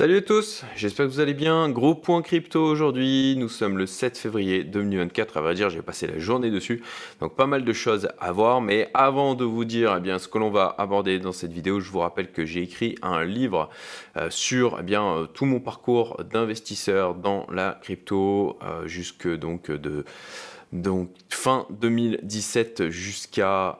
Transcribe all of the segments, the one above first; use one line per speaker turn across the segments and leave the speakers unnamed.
Salut à tous, j'espère que vous allez bien. Gros point crypto aujourd'hui, nous sommes le 7 février 2024, à vrai dire j'ai passé la journée dessus, donc pas mal de choses à voir, mais avant de vous dire ce que l'on va aborder dans cette vidéo, je vous rappelle que j'ai écrit un livre sur tout mon parcours d'investisseur dans la crypto, jusque donc fin 2017 jusqu'à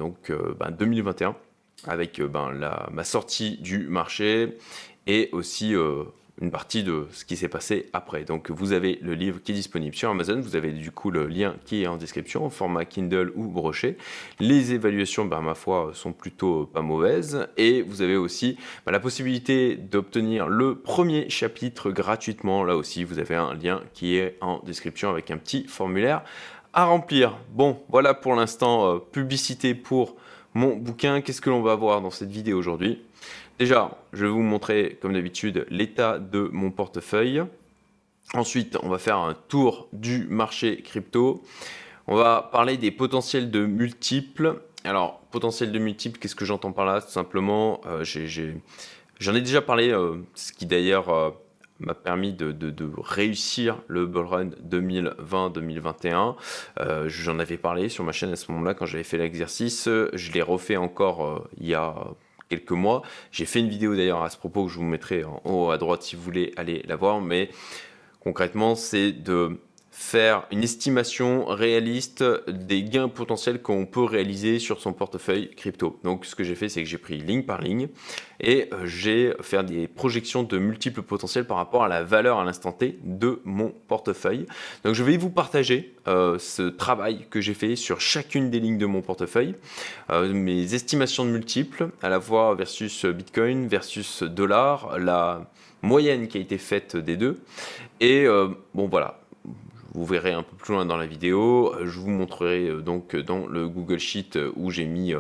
2021 avec ma sortie du marché et aussi une partie de ce qui s'est passé après. Donc vous avez le livre qui est disponible sur Amazon, vous avez du coup le lien qui est en description, en format Kindle ou broché. Les évaluations, ma foi, sont plutôt pas mauvaises. Et vous avez aussi la possibilité d'obtenir le premier chapitre gratuitement. Là aussi, vous avez un lien qui est en description avec un petit formulaire à remplir. Bon, voilà pour l'instant, publicité pour mon bouquin. Qu'est-ce que l'on va voir dans cette vidéo aujourd'hui ? Déjà, je vais vous montrer, comme d'habitude, l'état de mon portefeuille. Ensuite, on va faire un tour du marché crypto. On va parler des potentiels de multiples. Alors, potentiel de multiples, qu'est-ce que j'entends par là ? Tout simplement, j'en ai déjà parlé, ce qui d'ailleurs m'a permis de réussir le bull run 2020-2021. J'en avais parlé sur ma chaîne à ce moment-là quand j'avais fait l'exercice. Je l'ai refait encore il y a quelques mois. J'ai fait une vidéo d'ailleurs à ce propos que je vous mettrai en haut à droite si vous voulez aller la voir, mais concrètement c'est de faire une estimation réaliste des gains potentiels qu'on peut réaliser sur son portefeuille crypto. Donc ce que j'ai fait, c'est que j'ai pris ligne par ligne et j'ai fait des projections de multiples potentiels par rapport à la valeur à l'instant T de mon portefeuille. Donc je vais vous partager ce travail que j'ai fait sur chacune des lignes de mon portefeuille, mes estimations de multiples, à la fois versus Bitcoin, versus dollar, la moyenne qui a été faite des deux. Et bon voilà. Vous verrez un peu plus loin dans la vidéo. Je vous montrerai donc dans le Google Sheet où j'ai mis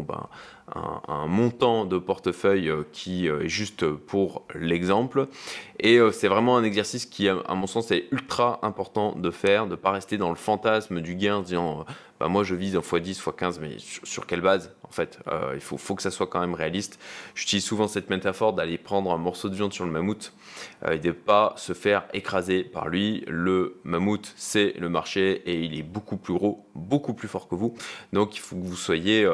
un montant de portefeuille qui est juste pour l'exemple. Et c'est vraiment un exercice qui, à mon sens, est ultra important de faire, de ne pas rester dans le fantasme du gain en disant moi je vise en x10, x15, mais sur quelle base en fait il faut que ça soit quand même réaliste. J'utilise souvent cette métaphore d'aller prendre un morceau de viande sur le mammouth et de ne pas se faire écraser par lui. Le mammouth, c'est le marché et il est beaucoup plus gros, beaucoup plus fort que vous. Donc il faut que vous soyez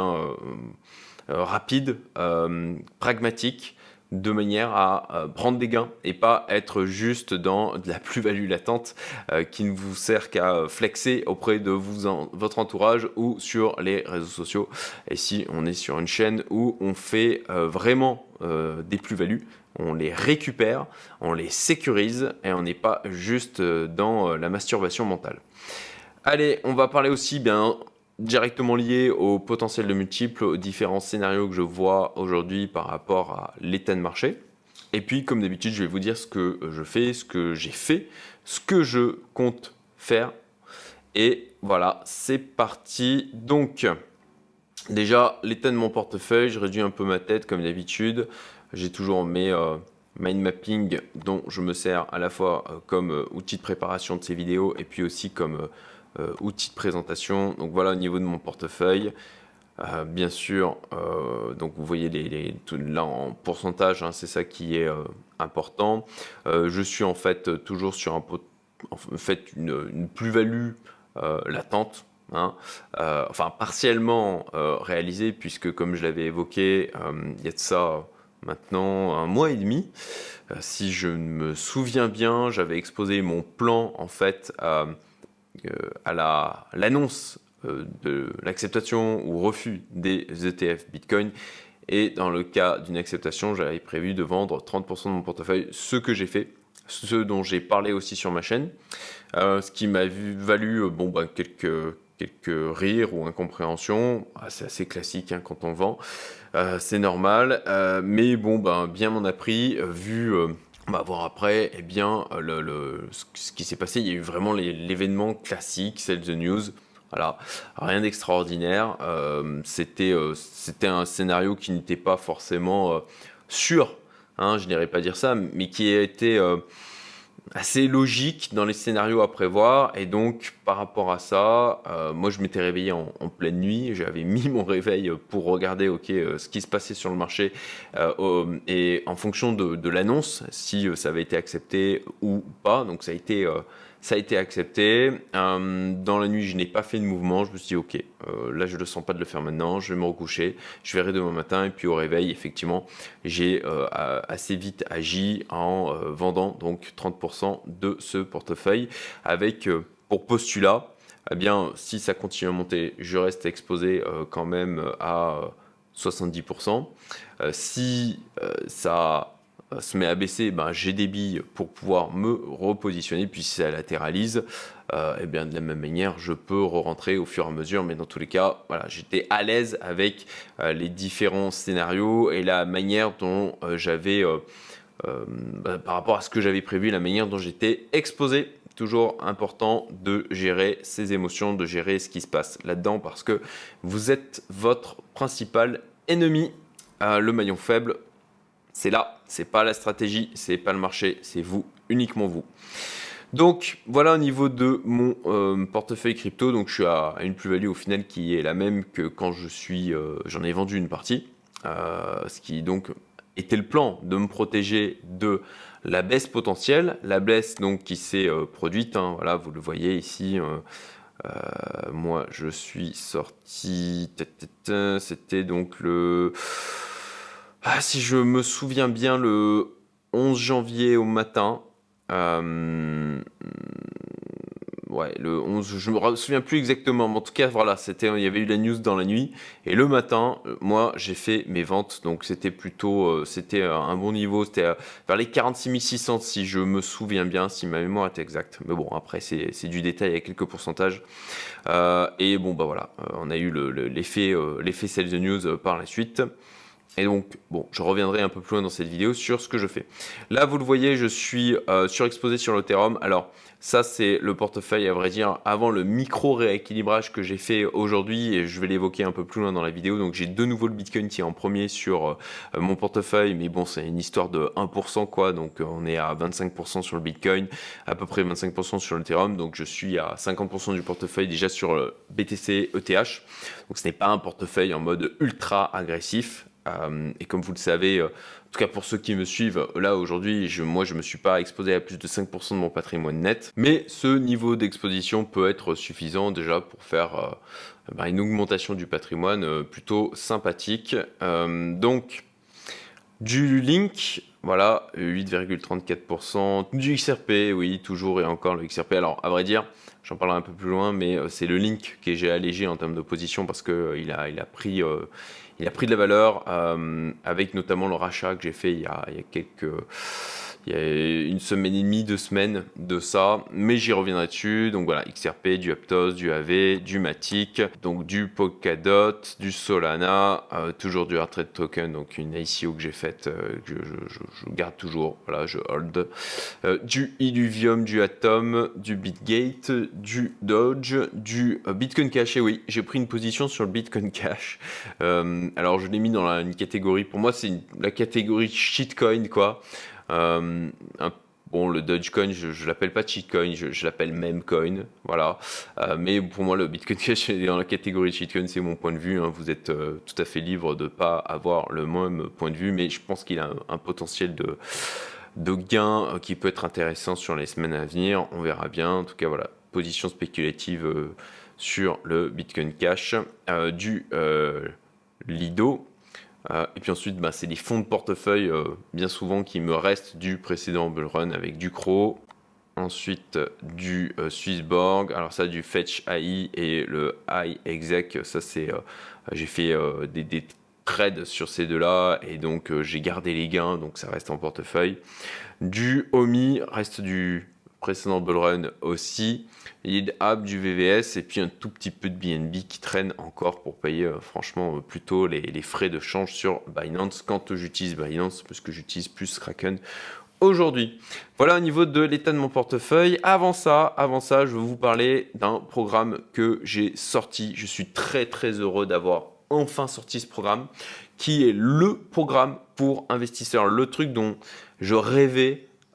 rapide, pragmatique, de manière à prendre des gains et pas être juste dans de la plus-value latente qui ne vous sert qu'à flexer auprès de votre entourage ou sur les réseaux sociaux. Et si on est sur une chaîne où on fait vraiment des plus-values, on les récupère, on les sécurise et on n'est pas juste dans la masturbation mentale. Allez, on va parler aussi directement lié au potentiel de multiples, aux différents scénarios que je vois aujourd'hui par rapport à l'état de marché. Et puis, comme d'habitude, je vais vous dire ce que je fais, ce que j'ai fait, ce que je compte faire. Et voilà, c'est parti. Donc, déjà, l'état de mon portefeuille, je réduis un peu ma tête comme d'habitude. J'ai toujours mes mind mapping dont je me sers à la fois comme outil de préparation de ces vidéos et puis aussi comme outil de présentation. Donc voilà au niveau de mon portefeuille. Bien sûr, donc vous voyez là en pourcentage, c'est ça qui est important. Je suis en fait toujours sur une plus-value latente. Partiellement réalisée, puisque comme je l'avais évoqué, il y a de ça maintenant un mois et demi. Si je me souviens bien, j'avais exposé mon plan en fait à l'annonce de l'acceptation ou refus des ETF Bitcoin. Et dans le cas d'une acceptation, j'avais prévu de vendre 30% de mon portefeuille, ce que j'ai fait, ce dont j'ai parlé aussi sur ma chaîne, ce qui m'a valu quelques rires ou incompréhensions. C'est assez classique quand on vend, c'est normal, mais bien m'en a pris, vu... On va voir après, ce qui s'est passé, il y a eu vraiment l'événement classique, Sell the News. Voilà, rien d'extraordinaire. C'était un scénario qui n'était pas forcément sûr, je n'irais pas dire ça, mais qui a été assez logique dans les scénarios à prévoir et donc par rapport à ça, moi je m'étais réveillé en pleine nuit, j'avais mis mon réveil pour regarder ce qui se passait sur le marché et en fonction de l'annonce, si ça avait été accepté ou pas. Donc ça a été accepté. Dans la nuit, je n'ai pas fait de mouvement. Je me suis dit, ok, là, je ne le sens pas de le faire maintenant. Je vais me recoucher. Je verrai demain matin. Et puis au réveil, effectivement, j'ai assez vite agi en vendant donc 30% de ce portefeuille avec pour postulat. Eh bien, si ça continue à monter, je reste exposé quand même à 70%. Si ça se met à baisser, ben, j'ai des billes pour pouvoir me repositionner. Puis si ça latéralise, et bien de la même manière, je peux re-rentrer au fur et à mesure. Mais dans tous les cas, voilà, j'étais à l'aise avec les différents scénarios et la manière dont j'avais, par rapport à ce que j'avais prévu, la manière dont j'étais exposé. Toujours important de gérer ses émotions, de gérer ce qui se passe là-dedans parce que vous êtes votre principal ennemi. Le maillon faible, c'est là, c'est pas la stratégie, c'est pas le marché, c'est vous, uniquement vous. Donc voilà au niveau de mon portefeuille crypto, donc je suis à une plus-value au final qui est la même que quand j'en ai vendu une partie, ce qui donc était le plan de me protéger de la baisse potentielle, la baisse donc qui s'est produite, hein, voilà, vous le voyez ici. Moi je suis sorti, c'était donc si je me souviens bien, le 11 janvier au matin. Ouais, le 11, je me souviens plus exactement, mais en tout cas, voilà, il y avait eu la news dans la nuit. Et le matin, moi, j'ai fait mes ventes, donc c'était plutôt, c'était un bon niveau, c'était vers les 46 600 si je me souviens bien, si ma mémoire est exacte. Mais bon, après, c'est du détail, il y a quelques pourcentages. Et bon, bah voilà, on a eu l'effet Sales News par la suite. Et donc, bon, je reviendrai un peu plus loin dans cette vidéo sur ce que je fais. Là, vous le voyez, je suis surexposé sur l'Ethereum. Alors, ça, c'est le portefeuille, à vrai dire, avant le micro-rééquilibrage que j'ai fait aujourd'hui. Et je vais l'évoquer un peu plus loin dans la vidéo. Donc, j'ai de nouveau le Bitcoin qui est en premier sur mon portefeuille. Mais bon, c'est une histoire de 1%, quoi. Donc, on est à 25% sur le Bitcoin, à peu près 25% sur l'Ethereum. Donc, je suis à 50% du portefeuille déjà sur le BTC ETH. Donc, ce n'est pas un portefeuille en mode ultra agressif. Et comme vous le savez, en tout cas pour ceux qui me suivent, là aujourd'hui, moi je ne me suis pas exposé à plus de 5% de mon patrimoine net, mais ce niveau d'exposition peut être suffisant déjà pour faire une augmentation du patrimoine plutôt sympathique. Donc du Link, voilà, 8,34%, du XRP, oui, toujours et encore le XRP. Alors à vrai dire, j'en parlerai un peu plus loin, mais c'est le Link que j'ai allégé en termes de position parce qu'il a pris de la valeur avec notamment le rachat que j'ai fait il y a une semaine et demie, 2 semaines de ça, mais j'y reviendrai dessus. Donc voilà, XRP, du Aptos, du AV, du Matic, donc du Polkadot, du Solana, toujours du Hard Trade Token, donc une ICO que j'ai faite, que je garde toujours, voilà, je hold, du Illuvium, du Atom, du Bitgate, du Doge, du Bitcoin Cash, et oui, j'ai pris une position sur le Bitcoin Cash. Alors je l'ai mis dans une catégorie, pour moi c'est la catégorie shitcoin, quoi. Bon, le Dogecoin, je l'appelle pas shitcoin, je l'appelle memecoin, voilà. Mais pour moi, le Bitcoin Cash est dans la catégorie shitcoin, c'est mon point de vue. Hein. Vous êtes tout à fait libre de pas avoir le même point de vue, mais je pense qu'il a un potentiel de gain qui peut être intéressant sur les semaines à venir. On verra bien. En tout cas, voilà, position spéculative sur le Bitcoin Cash, du Lido. Et puis ensuite, c'est des fonds de portefeuille bien souvent qui me restent du précédent bull run avec du CRO, ensuite du Swissborg, alors ça du Fetch AI et le iExec, ça c'est, j'ai fait des trades sur ces deux-là et donc j'ai gardé les gains, donc ça reste en portefeuille. Du OMI reste du précédent bull run aussi, Leadhub, du VVS et puis un tout petit peu de BNB qui traîne encore pour payer franchement plutôt les frais de change sur Binance quand j'utilise Binance parce que j'utilise plus Kraken aujourd'hui. Voilà au niveau de l'état de mon portefeuille. Avant ça, je vais vous parler d'un programme que j'ai sorti. Je suis très très heureux d'avoir enfin sorti ce programme qui est le programme pour investisseurs, le truc dont je rêvais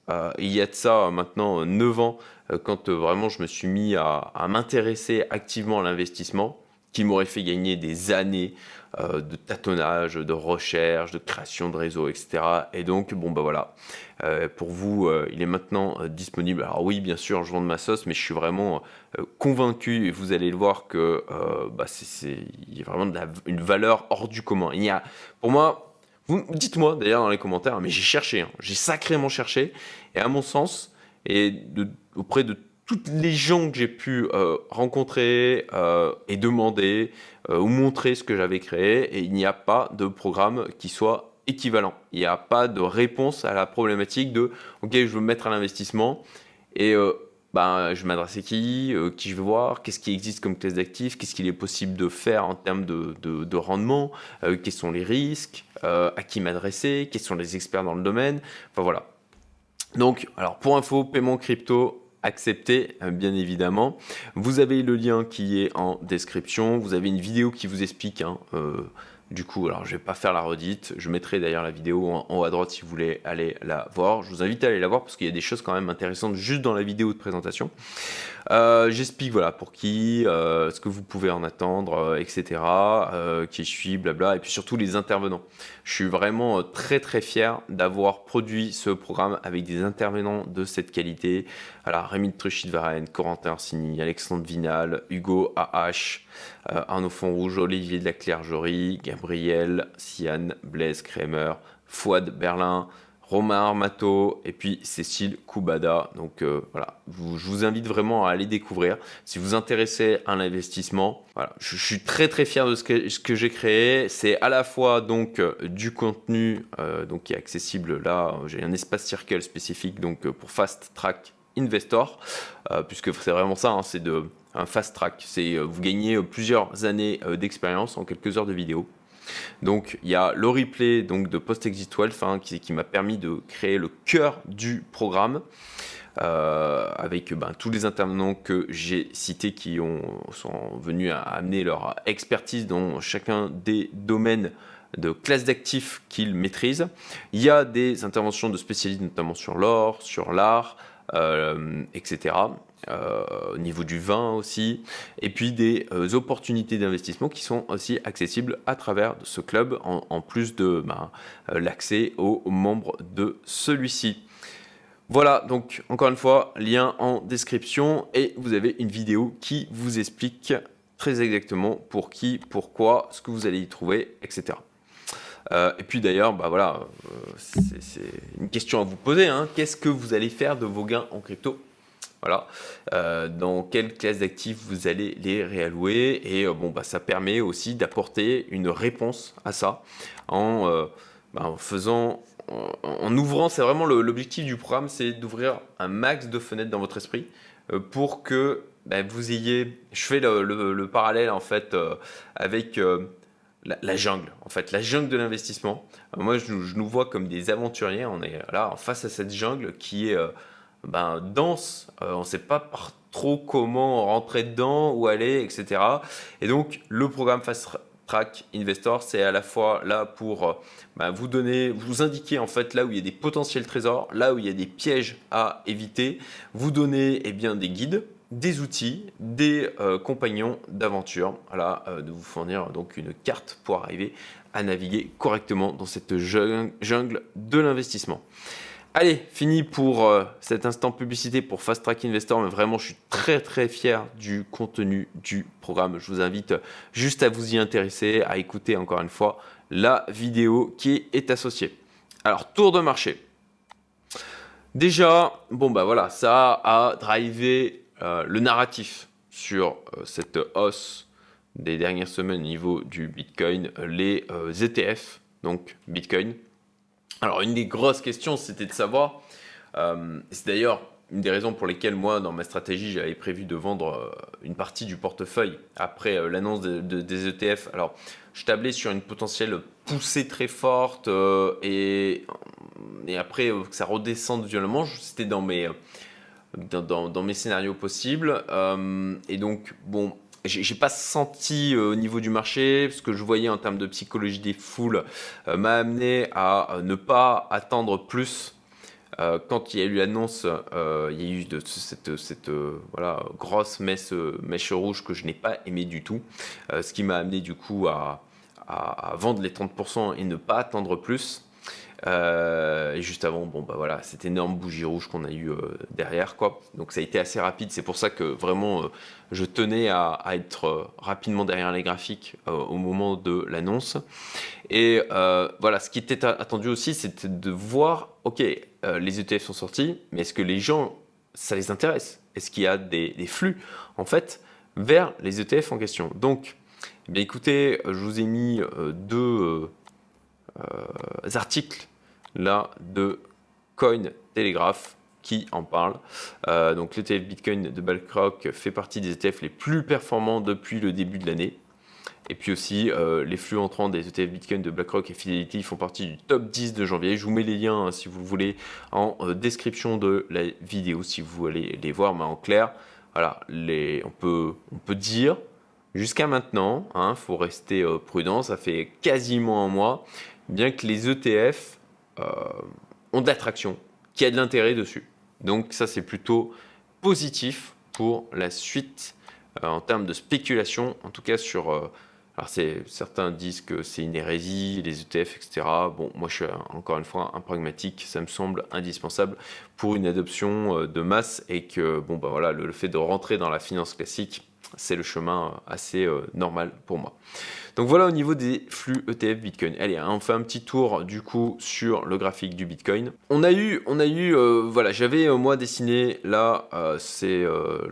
il y a de ça maintenant 9 ans, quand vraiment je me suis mis à m'intéresser activement à l'investissement, qui m'aurait fait gagner des années de tâtonnage, de recherche, de création de réseau, etc. Et donc, bon, bah voilà, pour vous, il est maintenant disponible. Alors oui, bien sûr, je vends de ma sauce, mais je suis vraiment convaincu, et vous allez le voir, que bah, il y a vraiment une valeur hors du commun. Pour moi, dites-moi d'ailleurs dans les commentaires, mais j'ai cherché, hein, j'ai sacrément cherché, et à mon sens, auprès de toutes les gens que j'ai pu rencontrer et demander ou montrer ce que j'avais créé, et il n'y a pas de programme qui soit équivalent. Il n'y a pas de réponse à la problématique de OK, je veux me mettre à l'investissement et je m'adresse à qui je veux voir, qu'est-ce qui existe comme classe d'actifs, qu'est-ce qu'il est possible de faire en termes de rendement, quels sont les risques, à qui m'adresser, quels sont les experts dans le domaine. Enfin voilà. Donc, alors pour info, paiement crypto accepté, bien évidemment. Vous avez le lien qui est en description. Vous avez une vidéo qui vous explique. Du coup, alors je vais pas faire la redite. Je mettrai d'ailleurs la vidéo en haut à droite si vous voulez aller la voir. Je vous invite à aller la voir parce qu'il y a des choses quand même intéressantes juste dans la vidéo de présentation. J'explique voilà pour qui, ce que vous pouvez en attendre, etc. Qui je suis, blabla, et puis surtout les intervenants. Je suis vraiment très très fier d'avoir produit ce programme avec des intervenants de cette qualité. Alors Rémi de Truchy-de-Varenne, Corentin Orsini, Alexandre Vinal, Hugo AH, Arnaud Fonrouge, Olivier de la Clergerie, Gabriel, Sian, Blaise Kremer, Fouad Berlin, Romain Armato et puis Cécile Koubada. Donc voilà, je vous invite vraiment à aller découvrir. Si vous vous intéressez à l'investissement, voilà, je suis très très fier de ce que j'ai créé. C'est à la fois donc du contenu donc qui est accessible là. J'ai un espace circle spécifique donc pour Fast Track Investor, puisque c'est vraiment ça, hein, c'est un fast track. C'est vous gagnez plusieurs années d'expérience en quelques heures de vidéo. Donc il y a le replay donc, de Post-Exit 12 qui m'a permis de créer le cœur du programme avec tous les intervenants que j'ai cités qui sont venus à amener leur expertise dans chacun des domaines de classe d'actifs qu'ils maîtrisent. Il y a des interventions de spécialistes notamment sur l'or, sur l'art, etc. Au niveau du vin aussi, et puis des opportunités d'investissement qui sont aussi accessibles à travers ce club, en plus de l'accès aux membres de celui-ci. Voilà, donc encore une fois, lien en description, et vous avez une vidéo qui vous explique très exactement pour qui, pourquoi, ce que vous allez y trouver, etc. Et puis d'ailleurs, c'est une question à vous poser, hein. Qu'est-ce que vous allez faire de vos gains en crypto ? Voilà, dans quelle classe d'actifs vous allez les réallouer, et ça permet aussi d'apporter une réponse à ça en ouvrant. C'est vraiment l'objectif du programme, c'est d'ouvrir un max de fenêtres dans votre esprit pour que vous ayez. Je fais le parallèle en fait avec la jungle, en fait, la jungle de l'investissement. Moi, je nous vois comme des aventuriers. On est là en face à cette jungle qui est dense, on ne sait pas trop comment rentrer dedans, où aller, etc. Et donc, le programme Fast Track Investor, c'est à la fois là pour vous indiquer en fait là où il y a des potentiels trésors, là où il y a des pièges à éviter, vous donner des guides, des outils, des compagnons d'aventure, de vous fournir donc une carte pour arriver à naviguer correctement dans cette jungle de l'investissement. Allez, fini pour cet instant publicité pour Fast Track Investor, mais vraiment je suis très très fier du contenu du programme. Je vous invite juste à vous y intéresser, à écouter encore une fois la vidéo qui est associée. Alors, tour de marché. Déjà, ça a drivé le narratif sur cette hausse des dernières semaines au niveau du Bitcoin, les ETF, donc Bitcoin. Alors, une des grosses questions, c'était de savoir, c'est d'ailleurs une des raisons pour lesquelles moi, dans ma stratégie, j'avais prévu de vendre une partie du portefeuille après l'annonce des ETF. Alors, je tablais sur une potentielle poussée très forte et après que ça redescende violemment. C'était dans mes scénarios possibles. Et donc, j'ai pas senti au niveau du marché, ce que je voyais en termes de psychologie des foules m'a amené à ne pas attendre plus Quand il y a eu l'annonce, il y a eu cette voilà, grosse mèche rouge que je n'ai pas aimé du tout, ce qui m'a amené du coup à vendre les 30% et ne pas attendre plus. Et juste avant, bon bah voilà, cette énorme bougie rouge qu'on a eu derrière, quoi. Donc ça a été assez rapide. C'est pour ça que vraiment, je tenais à être rapidement derrière les graphiques au moment de l'annonce. Et voilà, ce qui était attendu aussi, c'était de voir, ok, les ETF sont sortis, mais est-ce que les gens, ça les intéresse? Est-ce qu'il y a des flux, en fait, vers les ETF en question? Donc, eh bien, écoutez, je vous ai mis deux articles là de Cointelegraph qui en parle. Donc l'ETF Bitcoin de BlackRock fait partie des ETF les plus performants depuis le début de l'année. Et puis aussi, les flux entrants des ETF Bitcoin de BlackRock et Fidelity font partie du top 10 de janvier. Je vous mets les liens, hein, si vous voulez, en description de la vidéo, si vous voulez les voir. Mais en clair, voilà, on peut dire, jusqu'à maintenant, il faut rester prudent, ça fait quasiment un mois, bien que les ETF ont de l'attraction, qu'il y a de l'intérêt dessus. Donc ça, c'est plutôt positif pour la suite en termes de spéculation, en tout cas sur... alors certains disent que c'est une hérésie, les ETF, etc. Bon, moi je suis encore une fois un pragmatique, ça me semble indispensable pour une adoption de masse et que bon bah voilà, le fait de rentrer dans la finance classique, c'est le chemin assez normal pour moi. Donc voilà au niveau des flux ETF Bitcoin. Allez, hein, on fait un petit tour du coup sur le graphique du Bitcoin. On a eu voilà, j'avais moi dessiné là, c'est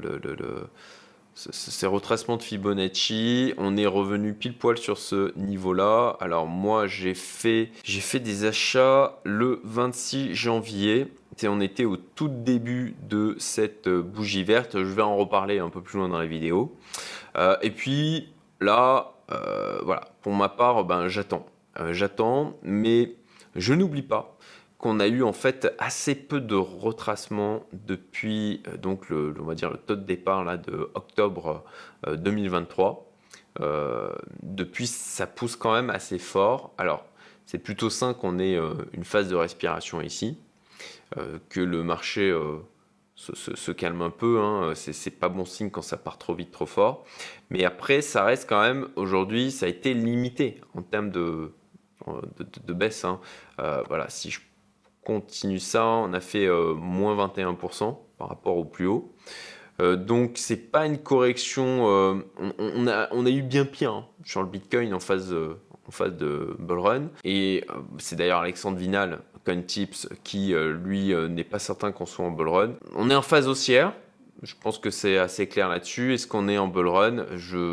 ces retracements de Fibonacci, on est revenu pile poil sur ce niveau-là. Alors moi, j'ai fait des achats le 26 janvier. On était au tout début de cette bougie verte. Je vais en reparler un peu plus loin dans la vidéo. Et puis là, voilà, pour ma part, ben, j'attends. J'attends, mais je n'oublie pas qu'on a eu en fait assez peu de retracements depuis donc on va dire le taux de départ là, de octobre 2023. Depuis, ça pousse quand même assez fort. Alors, c'est plutôt sain qu'on ait une phase de respiration ici, que le marché se calme un peu. Hein. C'est pas bon signe quand ça part trop vite, trop fort. Mais après, ça reste quand même, aujourd'hui, ça a été limité en termes de baisse. Hein. Voilà, si je continue ça, on a fait moins 21% par rapport au plus haut. Donc c'est pas une correction, on a eu bien pire hein, sur le Bitcoin en phase de bull run. Et c'est d'ailleurs Alexandre Vinal, CoinTips, qui lui n'est pas certain qu'on soit en bull run. On est en phase haussière. Je pense que c'est assez clair là-dessus. Est-ce qu'on est en bull run?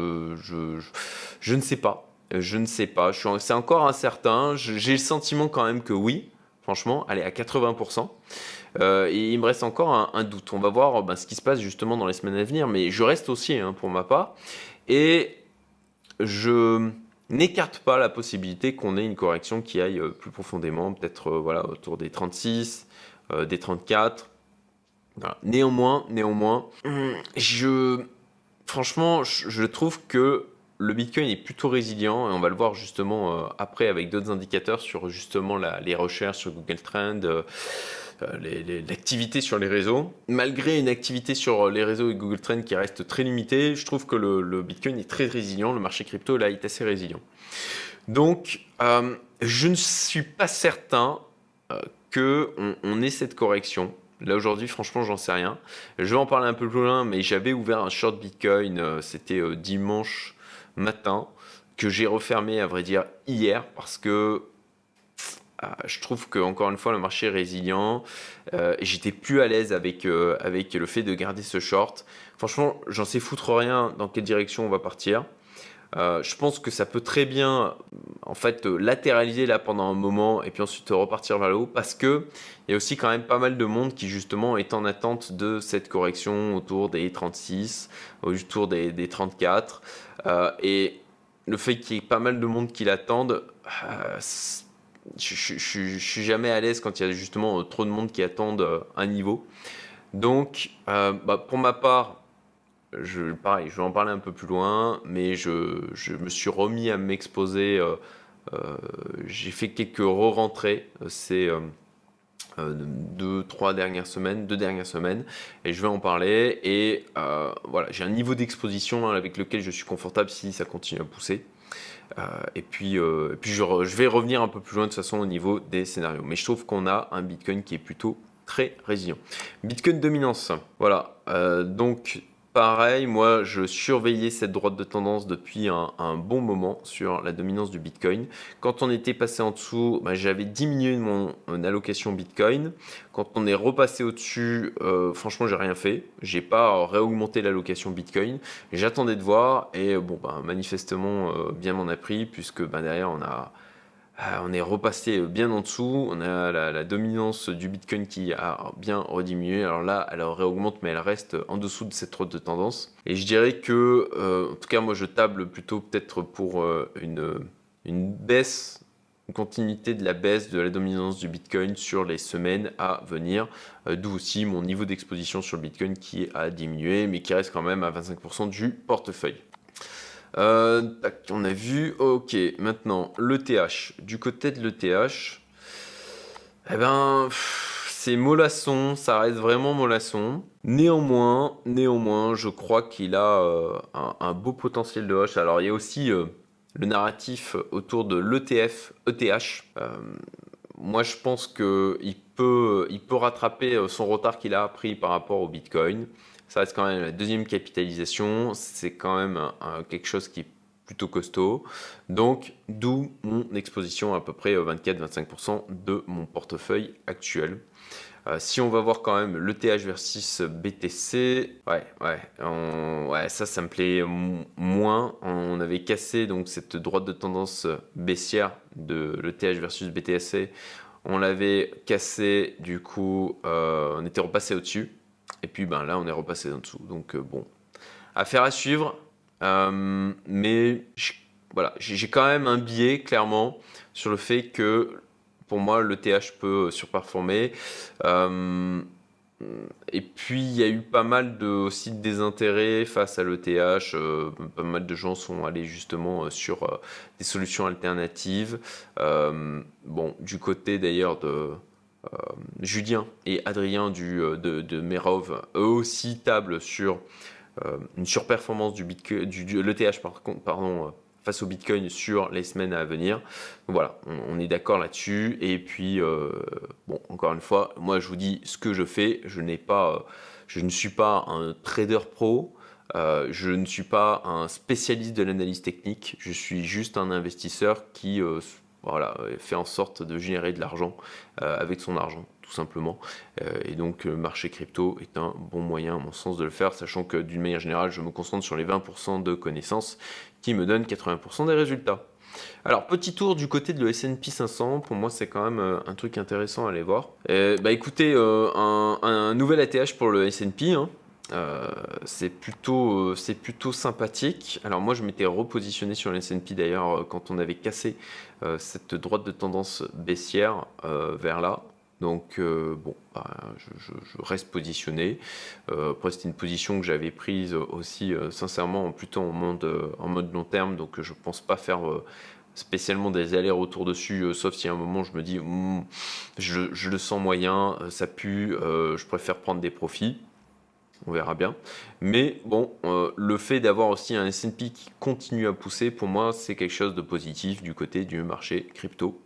Je ne sais pas. Je ne sais pas. C'est encore incertain. J'ai le sentiment quand même que oui. Franchement, allez, à 80%. Et il me reste encore un doute. On va voir ce qui se passe justement dans les semaines à venir. Mais je reste aussi hein, pour ma part. Et je n'écarte pas la possibilité qu'on ait une correction qui aille plus profondément. Peut-être voilà, autour des 36, des 34. Voilà. Néanmoins, franchement, je trouve que le Bitcoin est plutôt résilient et on va le voir justement après avec d'autres indicateurs sur justement les recherches sur Google Trends, l'activité sur les réseaux. Malgré une activité sur les réseaux et Google Trends qui reste très limitée, je trouve que le Bitcoin est très résilient, le marché crypto là est assez résilient. Donc, je ne suis pas certain qu'on ait cette correction. Là aujourd'hui, franchement, j'en sais rien. Je vais en parler un peu plus loin, mais j'avais ouvert un short Bitcoin, c'était dimanche matin, que j'ai refermé à vrai dire hier parce que je trouve que encore une fois le marché est résilient. J'étais plus à l'aise avec le fait de garder ce short. Franchement, j'en sais foutre rien dans quelle direction on va partir. Je pense que ça peut très bien en fait latéraliser là pendant un moment et puis ensuite repartir vers le haut parce que il y a aussi quand même pas mal de monde qui justement est en attente de cette correction autour des 36, autour des 34 et le fait qu'il y ait pas mal de monde qui l'attendent, je suis jamais à l'aise quand il y a justement trop de monde qui attendent un niveau. Donc pour ma part, pareil, je vais en parler un peu plus loin, mais je me suis remis à m'exposer. J'ai fait quelques re-rentrées deux dernières semaines, et je vais en parler. Et voilà, j'ai un niveau d'exposition avec lequel je suis confortable si ça continue à pousser. Je vais revenir un peu plus loin de toute façon au niveau des scénarios. Mais je trouve qu'on a un Bitcoin qui est plutôt très résilient. Bitcoin dominance, voilà. Donc pareil, moi je surveillais cette droite de tendance depuis un bon moment sur la dominance du Bitcoin. Quand on était passé en dessous, j'avais diminué mon allocation Bitcoin. Quand on est repassé au-dessus, franchement j'ai rien fait. J'ai pas réaugmenté l'allocation Bitcoin. J'attendais de voir et manifestement bien m'en a pris puisque derrière on est repassé bien en dessous, on a la dominance du Bitcoin qui a bien rediminué. Alors là, elle réaugmente, mais elle reste en dessous de cette droite de tendance. Et je dirais que, en tout cas, moi, je table plutôt peut-être pour une baisse, une continuité de la baisse de la dominance du Bitcoin sur les semaines à venir. D'où aussi mon niveau d'exposition sur le Bitcoin qui a diminué, mais qui reste quand même à 25% du portefeuille. On a vu, ok, maintenant l'ETH. Du côté de l'ETH, c'est mollasson, ça reste vraiment mollasson. Néanmoins, je crois qu'il a un beau potentiel de hausse. Alors il y a aussi le narratif autour de l'ETF, ETH. Moi je pense qu'il peut rattraper son retard qu'il a pris par rapport au Bitcoin. Ça reste quand même la deuxième capitalisation, c'est quand même quelque chose qui est plutôt costaud. Donc, d'où mon exposition à peu près 24-25% de mon portefeuille actuel. Si on va voir quand même l'ETH versus BTC, ça me plaît moins. On avait cassé donc cette droite de tendance baissière de l'ETH versus BTC. On l'avait cassé, du coup, on était repassé au-dessus. Et puis là, on est repassé en dessous. Donc affaire à suivre. Mais j'ai quand même un biais, clairement, sur le fait que, pour moi, l'ETH peut surperformer. Et puis, il y a eu pas mal aussi de désintérêt face à l'ETH. Pas mal de gens sont allés justement sur des solutions alternatives. Du côté d'ailleurs de... Julien et Adrien de Merov, eux aussi tablent sur une surperformance du Bitcoin, de l'ETH face au Bitcoin sur les semaines à venir. Donc voilà, on est d'accord là-dessus. Et puis, encore une fois, moi je vous dis ce que je fais. Je ne suis pas un trader pro. Je ne suis pas un spécialiste de l'analyse technique. Je suis juste un investisseur qui fait en sorte de générer de l'argent avec son argent, tout simplement. Et donc, le marché crypto est un bon moyen, à mon sens, de le faire, sachant que d'une manière générale, je me concentre sur les 20% de connaissances qui me donnent 80% des résultats. Alors, petit tour du côté de le S&P 500, pour moi c'est quand même un truc intéressant à aller voir. Écoutez, un nouvel ATH pour le S&P, c'est plutôt sympathique. Alors moi je m'étais repositionné sur le S&P d'ailleurs quand on avait cassé cette droite de tendance baissière vers là. Donc je reste positionné. Après c'était une position que j'avais prise aussi sincèrement plutôt en mode long terme, donc je pense pas faire spécialement des allers-retours dessus, sauf si à un moment je me dis je le sens moyen, ça pue, je préfère prendre des profits. On verra bien. Mais le fait d'avoir aussi un S&P qui continue à pousser, pour moi, c'est quelque chose de positif du côté du marché crypto.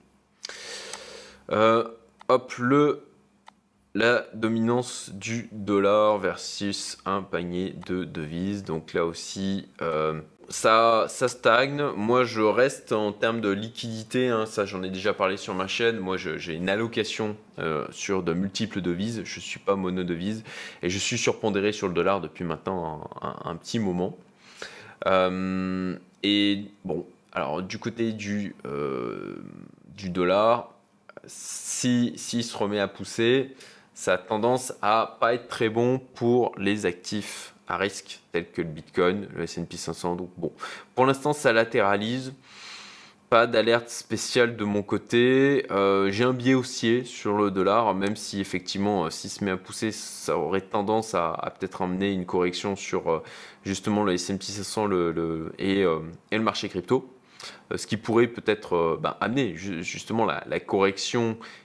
La dominance du dollar versus un panier de devises. Donc là aussi, ça stagne. Moi, je reste en termes de liquidité. Ça, j'en ai déjà parlé sur ma chaîne. Moi, j'ai une allocation sur de multiples devises. Je ne suis pas monodevise. Et je suis surpondéré sur le dollar depuis maintenant un petit moment. Alors, du côté du dollar, s'il se remet à pousser, ça a tendance à pas être très bon pour les actifs à risque tels que le Bitcoin, le S&P 500. Donc pour l'instant ça latéralise, pas d'alerte spéciale de mon côté. J'ai un biais haussier sur le dollar, même si effectivement s'il se met à pousser, ça aurait tendance à peut-être amener une correction sur justement le S&P 500 et le marché crypto. Ce qui pourrait peut-être amener justement la correction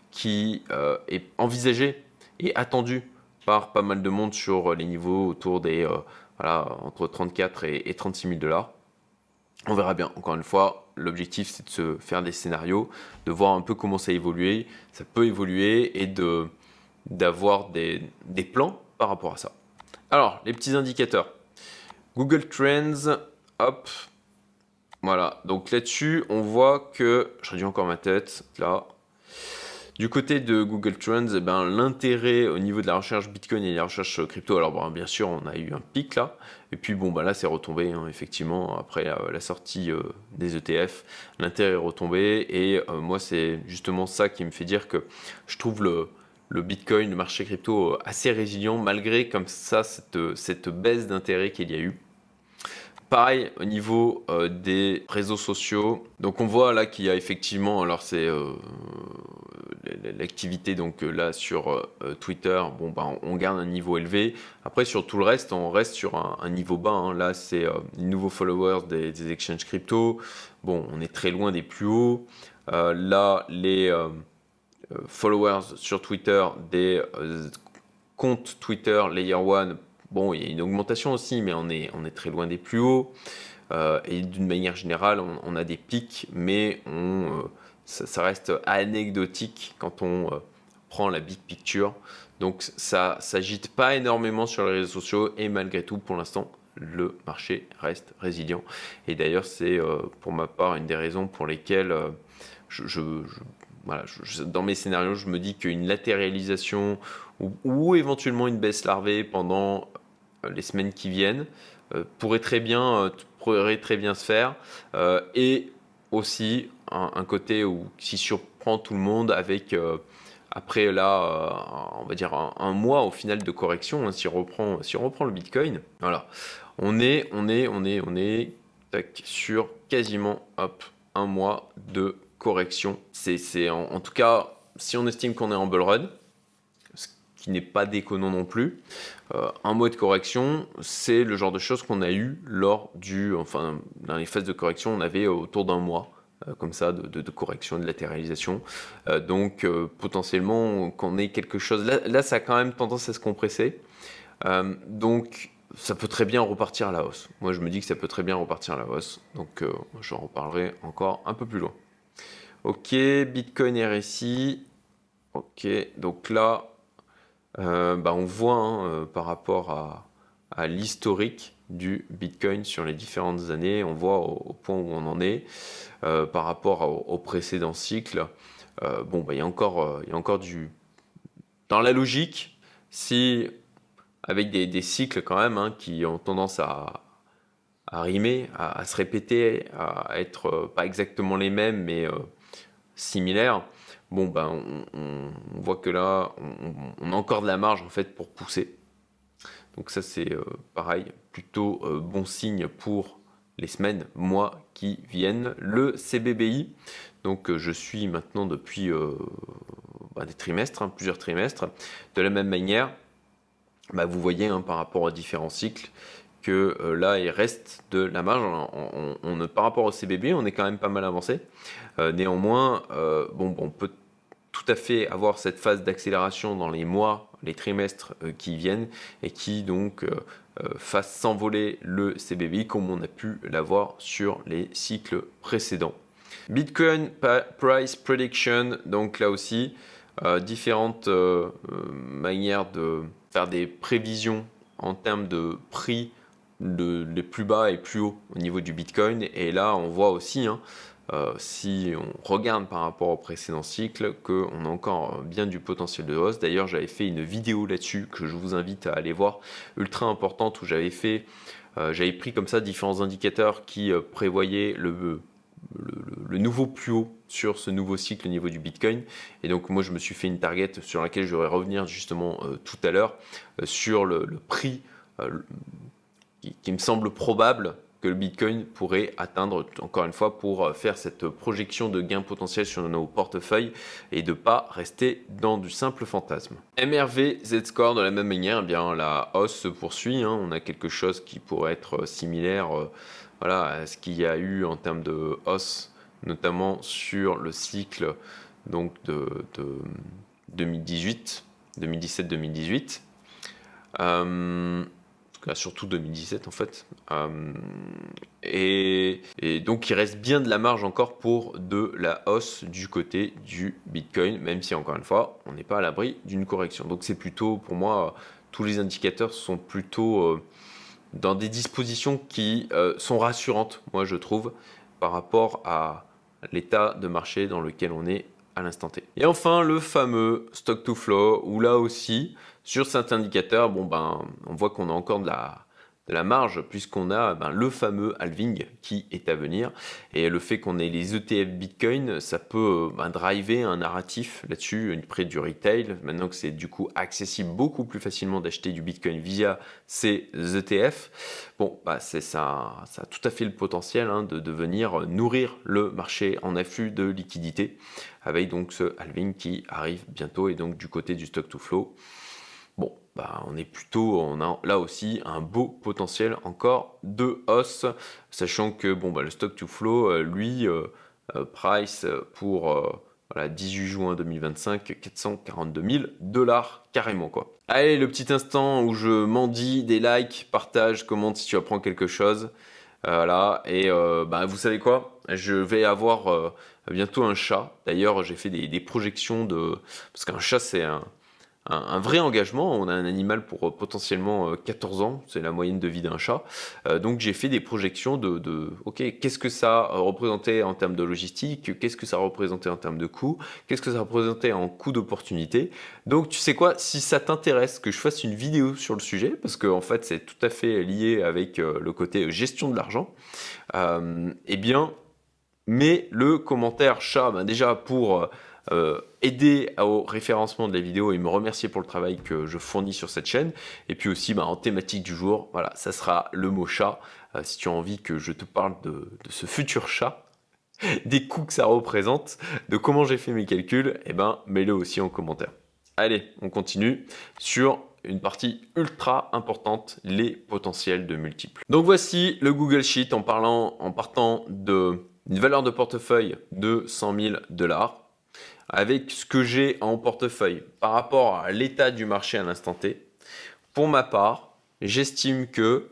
qui est envisagé et attendu par pas mal de monde sur les niveaux autour des entre 34 et 36 000 $. On verra bien. Encore une fois, l'objectif c'est de se faire des scénarios, de voir un peu comment ça évolue. Ça peut évoluer et d'avoir des plans par rapport à ça. Alors, les petits indicateurs. Google Trends, hop. Voilà, donc là-dessus, on voit que, je réduis encore ma tête, là. Du côté de Google Trends, eh ben, l'intérêt au niveau de la recherche Bitcoin et la recherche crypto, alors bon, bien sûr, on a eu un pic là, et puis bon, bah, là, c'est retombé, hein, effectivement, après la sortie des ETF, l'intérêt est retombé, et moi, c'est justement ça qui me fait dire que je trouve le Bitcoin, le marché crypto, assez résilient, malgré comme ça cette baisse d'intérêt qu'il y a eu. Pareil au niveau des réseaux sociaux. Donc on voit là qu'il y a effectivement, alors c'est l'activité donc là sur Twitter, bon bah on garde un niveau élevé. Après sur tout le reste, on reste sur un niveau bas, hein. Là c'est les nouveaux followers des exchanges crypto. Bon, on est très loin des plus hauts. Là les followers sur Twitter des comptes Twitter Layer 1. Bon, il y a une augmentation aussi, mais on est très loin des plus hauts. Et d'une manière générale, on a des pics, mais ça reste anecdotique quand on prend la big picture. Donc ça s'agite pas énormément sur les réseaux sociaux, et malgré tout, pour l'instant, le marché reste résilient. Et d'ailleurs, c'est pour ma part une des raisons pour lesquelles dans mes scénarios, je me dis qu'une latéralisation ou éventuellement une baisse larvée pendant les semaines qui viennent pourrait très bien se faire, et aussi un côté qui surprend tout le monde avec après là on va dire un mois au final de correction, hein, si on reprend le Bitcoin, voilà, on est sur quasiment un mois de correction. C'est en tout cas, si on estime qu'on est en bull run, ce qui n'est pas déconnant non plus, un mois de correction, c'est le genre de choses qu'on a eu dans les phases de correction, on avait autour d'un mois comme ça de correction, de latéralisation. Donc potentiellement qu'on ait quelque chose. Là, ça a quand même tendance à se compresser. Donc ça peut très bien repartir à la hausse. Moi, je me dis que ça peut très bien repartir à la hausse. Donc j'en reparlerai encore un peu plus loin. Ok, Bitcoin RSI. Ok, donc là, on voit par rapport à l'historique du Bitcoin sur les différentes années, on voit au point où on en est par rapport au précédent cycle. Il y a encore du... Dans la logique, si avec des cycles quand même qui ont tendance à rimer, à se répéter, à être pas exactement les mêmes, mais similaires, on voit que là, on a encore de la marge en fait pour pousser. Donc ça c'est pareil, plutôt bon signe pour les semaines, mois qui viennent. Le CBBI, donc je suis maintenant depuis des trimestres, plusieurs trimestres. De la même manière, vous voyez par rapport aux différents cycles que là il reste de la marge. Par rapport au CBB, on est quand même pas mal avancé. Néanmoins, on peut tout à fait avoir cette phase d'accélération dans les mois, les trimestres qui viennent, et qui donc fasse s'envoler le CBBI comme on a pu l'avoir sur les cycles précédents. Bitcoin Price Prediction, donc là aussi, différentes manières de faire des prévisions en termes de prix les plus bas et plus hauts au niveau du Bitcoin. Et là, on voit aussi, si on regarde par rapport au précédent cycle, qu'on a encore bien du potentiel de hausse. D'ailleurs, j'avais fait une vidéo là-dessus que je vous invite à aller voir, ultra importante, où j'avais pris comme ça différents indicateurs qui prévoyaient le nouveau plus haut sur ce nouveau cycle au niveau du Bitcoin. Et donc moi je me suis fait une target sur laquelle je vais revenir justement tout à l'heure, sur le prix qui me semble probable que le Bitcoin pourrait atteindre, encore une fois, pour faire cette projection de gain potentiel sur nos portefeuilles et de ne pas rester dans du simple fantasme. MRV Z-Score, de la même manière, la hausse se poursuit, on a quelque chose qui pourrait être similaire à ce qu'il y a eu en termes de hausse, notamment sur le cycle donc de 2018, 2017-2018. Surtout 2017 en fait. Et donc il reste bien de la marge encore pour de la hausse du côté du Bitcoin, même si encore une fois, on n'est pas à l'abri d'une correction. Donc c'est plutôt, pour moi, tous les indicateurs sont plutôt dans des dispositions qui sont rassurantes, moi je trouve, par rapport à l'état de marché dans lequel on est à l'instant T. Et enfin, le fameux stock to flow, où là aussi, sur certains indicateurs, on voit qu'on a encore de la marge, puisqu'on a le fameux halving qui est à venir. Et le fait qu'on ait les ETF Bitcoin, ça peut driver un narratif là-dessus, près du retail. Maintenant que c'est du coup accessible beaucoup plus facilement d'acheter du Bitcoin via ces ETF, ça a tout à fait le potentiel de venir nourrir le marché en afflux de liquidités, avec donc ce halving qui arrive bientôt. Et donc du côté du stock to flow, on a là aussi un beau potentiel encore de hausse, sachant que le stock to flow, price pour 18 juin 2025, 442 000 $ carrément quoi. Allez, le petit instant où je m'en dis des likes, partage, commente si tu apprends quelque chose. Voilà, et vous savez quoi? Je vais avoir bientôt un chat. D'ailleurs, j'ai fait des projections parce qu'un chat, c'est un vrai engagement. On a un animal pour potentiellement 14 ans, c'est la moyenne de vie d'un chat. Donc j'ai fait des projections ok, qu'est-ce que ça représentait en termes de logistique, qu'est-ce que ça représentait en termes de coûts, qu'est-ce que ça représentait en coût d'opportunité. Donc tu sais quoi, si ça t'intéresse que je fasse une vidéo sur le sujet, parce qu'en fait c'est tout à fait lié avec le côté gestion de l'argent, mets le commentaire chat, déjà pour aider au référencement de la vidéo et me remercier pour le travail que je fournis sur cette chaîne. Et puis aussi en thématique du jour, voilà, ça sera le mot chat. Si tu as envie que je te parle de ce futur chat, des coûts que ça représente, de comment j'ai fait mes calculs, mets-le aussi en commentaire. Allez, on continue sur une partie ultra importante, les potentiels de multiples. Donc voici le Google Sheet en partant d'une valeur de portefeuille de 100 000 $, avec ce que j'ai en portefeuille par rapport à l'état du marché à l'instant T. Pour ma part, j'estime que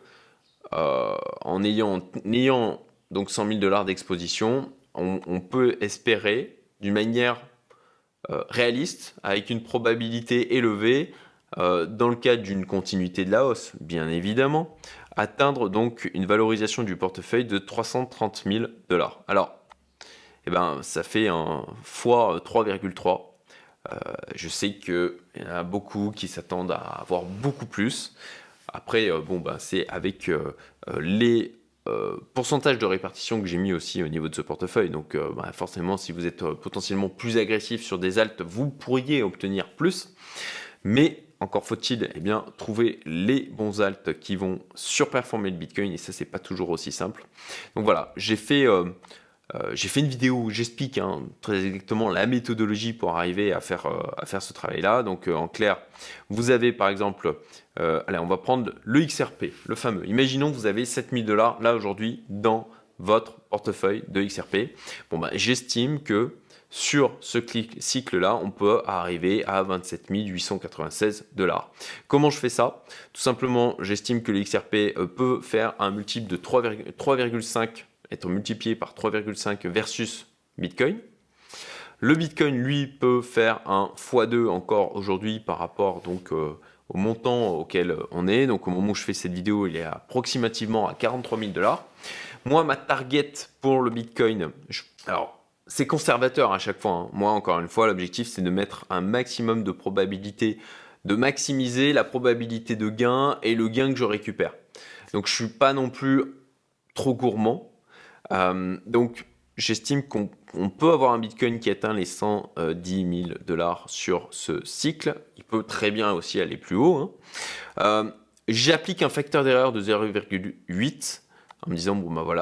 en ayant donc 100 000 $ d'exposition, on peut espérer d'une manière réaliste, avec une probabilité élevée, dans le cadre d'une continuité de la hausse, bien évidemment, atteindre donc une valorisation du portefeuille de 330 000 $. Alors, ça fait un fois 3,3. Je sais qu'il y en a beaucoup qui s'attendent à avoir beaucoup plus. Après, c'est avec les pourcentages de répartition que j'ai mis aussi au niveau de ce portefeuille. Donc, forcément, si vous êtes potentiellement plus agressif sur des alts, vous pourriez obtenir plus. Mais encore faut-il trouver les bons alts qui vont surperformer le Bitcoin. Et ça, c'est pas toujours aussi simple. Donc voilà, j'ai fait une vidéo où j'explique très exactement la méthodologie pour arriver à faire ce travail-là. Donc en clair, vous avez par exemple, on va prendre le XRP, le fameux. Imaginons que vous avez 7 000 $ là aujourd'hui dans votre portefeuille de XRP. J'estime que sur ce cycle-là, on peut arriver à 27 896 $. Comment je fais ça? Tout simplement, j'estime que le XRP peut faire un multiple de 3,5, être multiplié par 3,5 versus Bitcoin. Le Bitcoin, lui, peut faire un x2 encore aujourd'hui par rapport donc au montant auquel on est. Donc au moment où je fais cette vidéo, il est approximativement à 43 000 $. Moi, ma target pour le Bitcoin, alors c'est conservateur à chaque fois. Moi, encore une fois, l'objectif, c'est de mettre un maximum de probabilité, de maximiser la probabilité de gain et le gain que je récupère. Donc je suis pas non plus trop gourmand. Donc j'estime qu'on peut avoir un Bitcoin qui atteint les 110 000 $ sur ce cycle. Il peut très bien aussi aller plus haut. J'applique un facteur d'erreur de 0,8 en me disant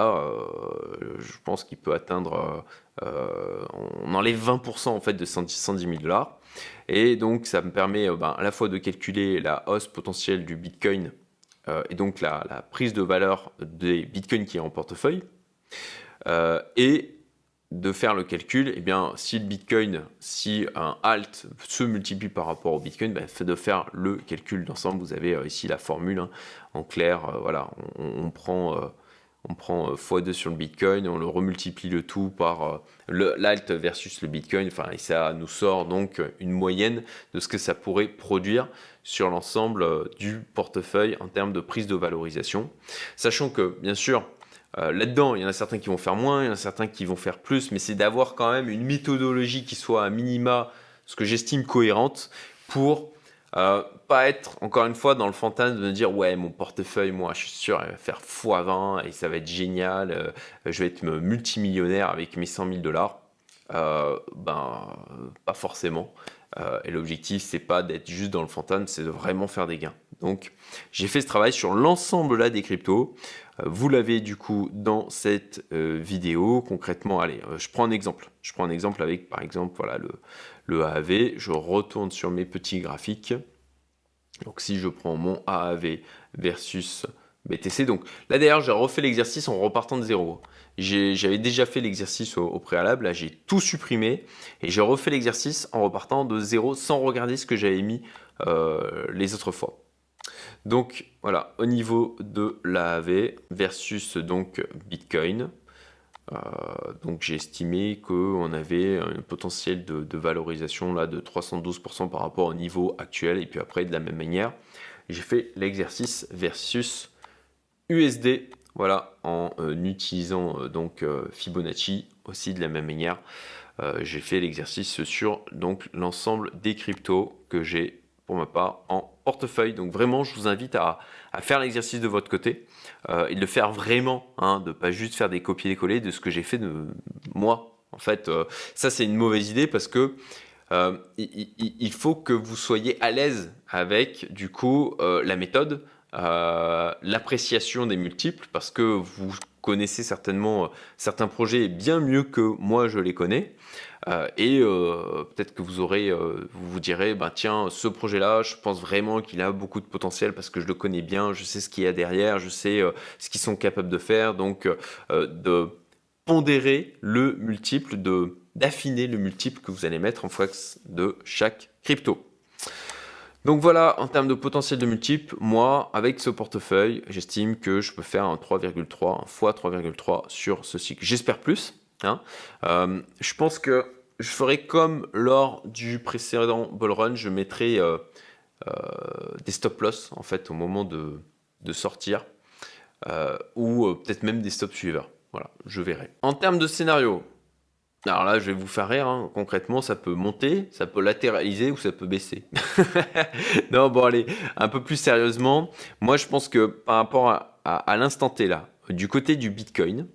je pense qu'il peut atteindre, on enlève 20% en fait de 110 000 $. Et donc ça me permet à la fois de calculer la hausse potentielle du Bitcoin et donc la prise de valeur des Bitcoins qui est en portefeuille. Et de faire le calcul, eh bien, si le Bitcoin, si un alt se multiplie par rapport au Bitcoin, ben, fait de faire le calcul d'ensemble. Vous avez ici la formule, hein. En clair, voilà, on prend x2 sur le Bitcoin, on le remultiplie le tout par l'alt versus le Bitcoin, enfin, et ça nous sort donc une moyenne de ce que ça pourrait produire sur l'ensemble du portefeuille en termes de prise de valorisation. Sachant que, bien sûr, là-dedans, il y en a certains qui vont faire moins, il y en a certains qui vont faire plus, mais c'est d'avoir quand même une méthodologie qui soit à minima, ce que j'estime cohérente, pour pas être, encore une fois, dans le fantasme de me dire « Ouais, mon portefeuille, moi, je suis sûr, il va faire x20 et ça va être génial, je vais être multimillionnaire avec mes 100 000 dollars. » Pas forcément. Et l'objectif, c'est pas d'être juste dans le fantasme, c'est de vraiment faire des gains. Donc, j'ai fait ce travail sur l'ensemble là des cryptos. Vous l'avez du coup dans cette vidéo. Concrètement, allez, je prends un exemple. Je prends un exemple avec, par exemple, voilà, le AAV. Je retourne sur mes petits graphiques. Donc, si je prends mon AAV versus BTC, donc là d'ailleurs, j'ai refait l'exercice en repartant de zéro. J'avais déjà fait l'exercice au préalable, là j'ai tout supprimé et j'ai refait l'exercice en repartant de zéro sans regarder ce que j'avais mis les autres fois. Donc voilà, au niveau de l'AAV versus donc Bitcoin, donc j'ai estimé qu'on avait un potentiel de valorisation là de 312% par rapport au niveau actuel. Et puis après, de la même manière, j'ai fait l'exercice versus USD, voilà, en utilisant donc Fibonacci aussi de la même manière. J'ai fait l'exercice sur donc l'ensemble des cryptos que j'ai pour ma part en portefeuille. Donc vraiment, je vous invite à faire l'exercice de votre côté et de le faire vraiment, hein, de pas juste faire des copier-coller de ce que j'ai fait de moi. En fait, ça c'est une mauvaise idée parce que il faut que vous soyez à l'aise avec du coup la méthode, l'appréciation des multiples, parce que vous connaissez certainement certains projets bien mieux que moi je les connais. Et peut-être que vous vous direz, bah, tiens, ce projet-là, je pense vraiment qu'il a beaucoup de potentiel parce que je le connais bien, je sais ce qu'il y a derrière, je sais ce qu'ils sont capables de faire. Donc, de pondérer le multiple, d'affiner le multiple que vous allez mettre en face de chaque crypto. Donc voilà, en termes de potentiel de multiple, moi, avec ce portefeuille, j'estime que je peux faire un 3,3, un fois 3,3 sur ce cycle. J'espère plus, hein. Je pense que je ferai comme lors du précédent bull run, je mettrai des stop loss en fait au moment de sortir, ou peut-être même des stop suiveurs. Voilà, je verrai. En termes de scénario, alors là, je vais vous faire rire, hein. Concrètement, ça peut monter, ça peut latéraliser ou ça peut baisser. Non, bon, allez, un peu plus sérieusement, moi je pense que par rapport à l'instant T là, du côté du Bitcoin,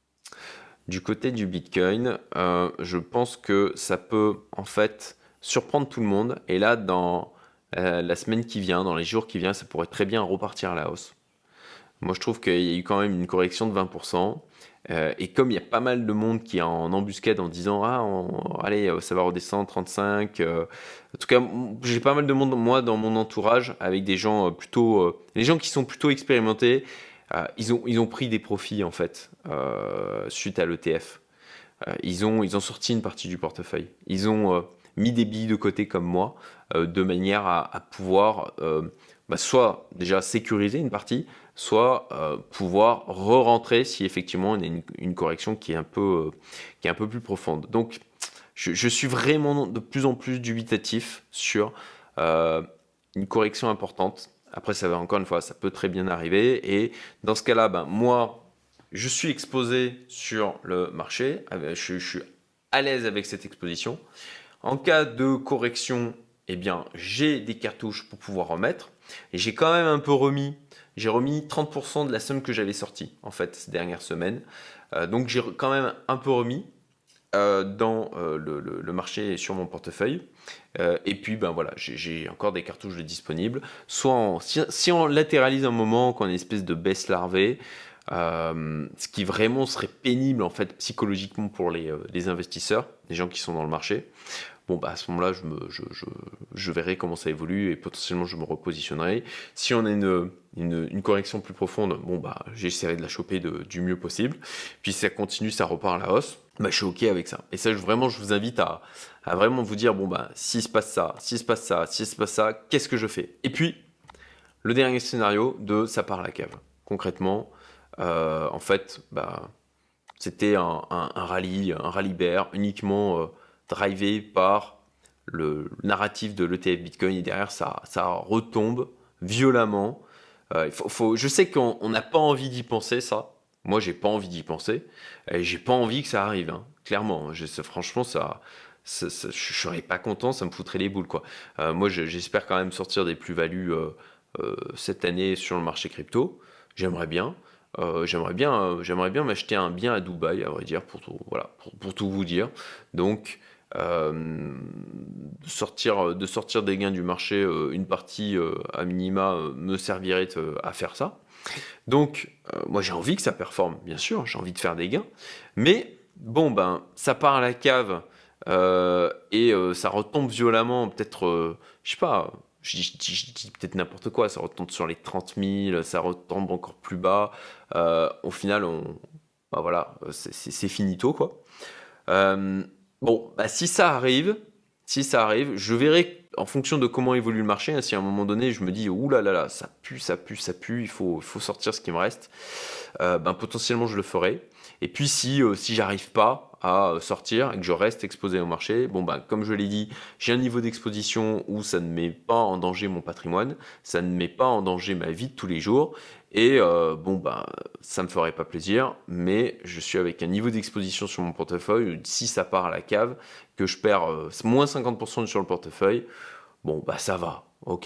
je pense que ça peut en fait surprendre tout le monde. Et là, dans la semaine qui vient, dans les jours qui viennent, ça pourrait très bien repartir à la hausse. Moi, je trouve qu'il y a eu quand même une correction de 20%. Et comme il y a pas mal de monde qui est en embuscade en disant allez, ça va redescendre 35. En tout cas, j'ai pas mal de monde, moi, dans mon entourage, avec des gens les gens qui sont plutôt expérimentés, ils ont pris des profits, en fait, suite à l'ETF. Ils ont sorti une partie du portefeuille. Ils ont mis des billes de côté comme moi, de manière à pouvoir soit déjà sécuriser une partie, soit pouvoir re-rentrer si effectivement il y a une correction qui est un peu plus profonde. Donc je suis vraiment de plus en plus dubitatif sur une correction importante. Après, ça va, encore une fois, ça peut très bien arriver. Et dans ce cas-là, moi, je suis exposé sur le marché. Je suis à l'aise avec cette exposition. En cas de correction, eh bien, j'ai des cartouches pour pouvoir remettre. Et j'ai quand même un peu remis. J'ai remis 30% de la somme que j'avais sortie, en fait, ces dernières semaines. Donc, j'ai quand même un peu remis dans le marché sur mon portefeuille. Et puis, voilà, j'ai encore des cartouches de disponibles. Soit si on latéralise un moment, qu'on a une espèce de baisse larvée, ce qui vraiment serait pénible, en fait, psychologiquement pour les investisseurs, les gens qui sont dans le marché. Bon, à ce moment-là, je verrai comment ça évolue et potentiellement je me repositionnerai. Si on a une correction plus profonde, j'essaierai de la choper du mieux possible. Puis si ça continue, ça repart à la hausse. bah, je suis OK avec ça. Et ça, vraiment, je vous invite à vraiment vous dire, bon, bah, s'il se passe ça, s'il se passe ça, s'il se passe ça, qu'est-ce que je fais? Et puis, le dernier scénario de ça part à la cave. Concrètement, en fait, bah, c'était un rallye bear uniquement drivé par le narratif de l'ETF Bitcoin et derrière ça retombe violemment. Je sais qu'on n'a pas envie d'y penser ça. Moi, j'ai pas envie d'y penser et j'ai pas envie que ça arrive. Hein. Clairement, franchement, je serais pas content, ça me foutrait les boules quoi. Moi, j'espère quand même sortir des plus-values cette année sur le marché crypto. J'aimerais bien. J'aimerais bien m'acheter un bien à Dubaï, à vrai dire, voilà, pour tout vous dire. Donc, de sortir des gains du marché, une partie à minima me servirait à faire ça. Donc, moi j'ai envie que ça performe, bien sûr, j'ai envie de faire des gains. Mais bon, ben, ça part à la cave et ça retombe violemment, peut-être, je sais pas, je dis peut-être n'importe quoi, ça retombe sur les 30 000, ça retombe encore plus bas. Au final, bah voilà, c'est finito, quoi. Euh, bon, bah, si ça arrive, je verrai en fonction de comment évolue le marché. Hein, si à un moment donné, je me dis, ouh là là là, ça pue, ça pue, ça pue, il faut sortir ce qui me reste, ben, potentiellement je le ferai. Et puis si j'arrive pas à sortir et que je reste exposé au marché, bon ben, comme je l'ai dit, j'ai un niveau d'exposition où ça ne met pas en danger mon patrimoine, ça ne met pas en danger ma vie de tous les jours. Et bon, bah, ça me ferait pas plaisir, mais je suis avec un niveau d'exposition sur mon portefeuille. Si ça part à la cave, que je perds moins 50% sur le portefeuille, bon, bah ça va. Ok,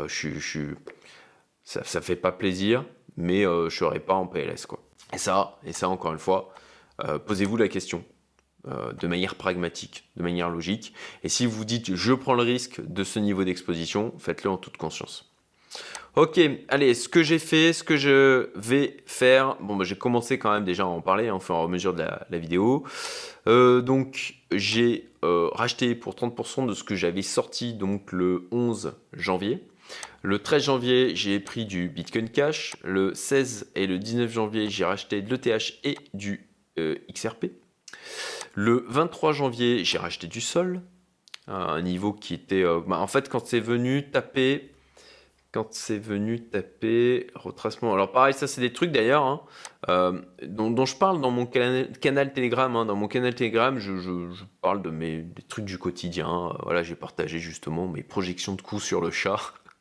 ça fait pas plaisir, mais je serai pas en PLS, quoi. Et ça encore une fois, posez-vous la question de manière pragmatique, de manière logique. Et si vous dites je prends le risque de ce niveau d'exposition, faites-le en toute conscience. Ok, allez, ce que j'ai fait, ce que je vais faire, bon, bah, j'ai commencé quand même déjà à en parler hein, au fur et à mesure de la vidéo. Donc, j'ai racheté pour 30% de ce que j'avais sorti donc le 11 janvier. Le 13 janvier, j'ai pris du Bitcoin Cash. Le 16 et le 19 janvier, j'ai racheté de l'ETH et du XRP. Le 23 janvier, j'ai racheté du Sol, à un niveau qui était... en fait, quand c'est venu taper retracement. Alors pareil, ça c'est des trucs d'ailleurs hein, dont je parle dans mon canal Telegram. Hein. Dans mon canal Telegram, je parle des trucs du quotidien. Voilà, j'ai partagé justement mes projections de coûts sur le chat.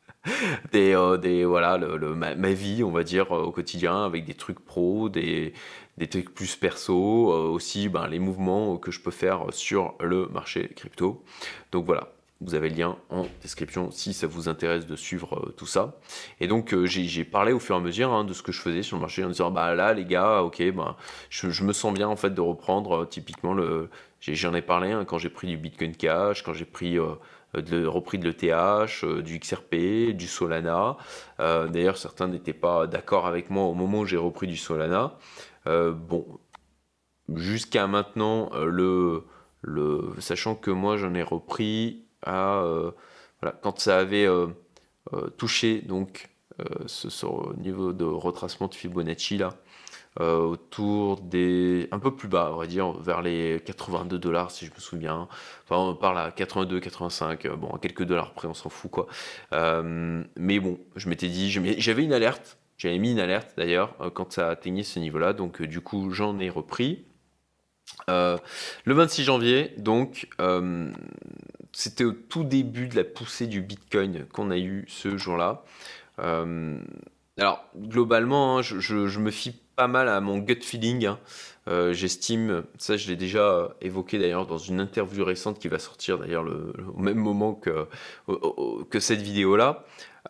Voilà, ma vie, on va dire, au quotidien, avec des trucs pro, des trucs plus perso, aussi ben, les mouvements que je peux faire sur le marché crypto. Donc voilà, vous avez le lien en description si ça vous intéresse de suivre tout ça. Et donc j'ai parlé au fur et à mesure hein, de ce que je faisais sur le marché en disant bah là les gars, ok, bah, je me sens bien en fait de reprendre typiquement j'en ai parlé hein, quand j'ai pris du Bitcoin Cash, quand j'ai pris repris de l'ETH, du XRP, du Solana. D'ailleurs, certains n'étaient pas d'accord avec moi au moment où j'ai repris du Solana. Bon, jusqu'à maintenant, sachant que moi j'en ai repris voilà, quand ça avait touché donc ce niveau de retracement de Fibonacci là, autour des un peu plus bas, on va dire, vers les 82 dollars si je me souviens. Enfin, on parle à 82, 85, bon, à quelques dollars près, on s'en fout quoi. Mais bon, je m'étais dit, j'avais une alerte, j'avais mis une alerte d'ailleurs quand ça atteignait ce niveau-là, donc du coup j'en ai repris. Le 26 janvier, donc, c'était au tout début de la poussée du Bitcoin qu'on a eu ce jour-là. Alors, globalement, hein, je me fie pas mal à mon gut feeling. Hein. J'estime, ça je l'ai déjà évoqué d'ailleurs dans une interview récente qui va sortir d'ailleurs au même moment que cette vidéo-là,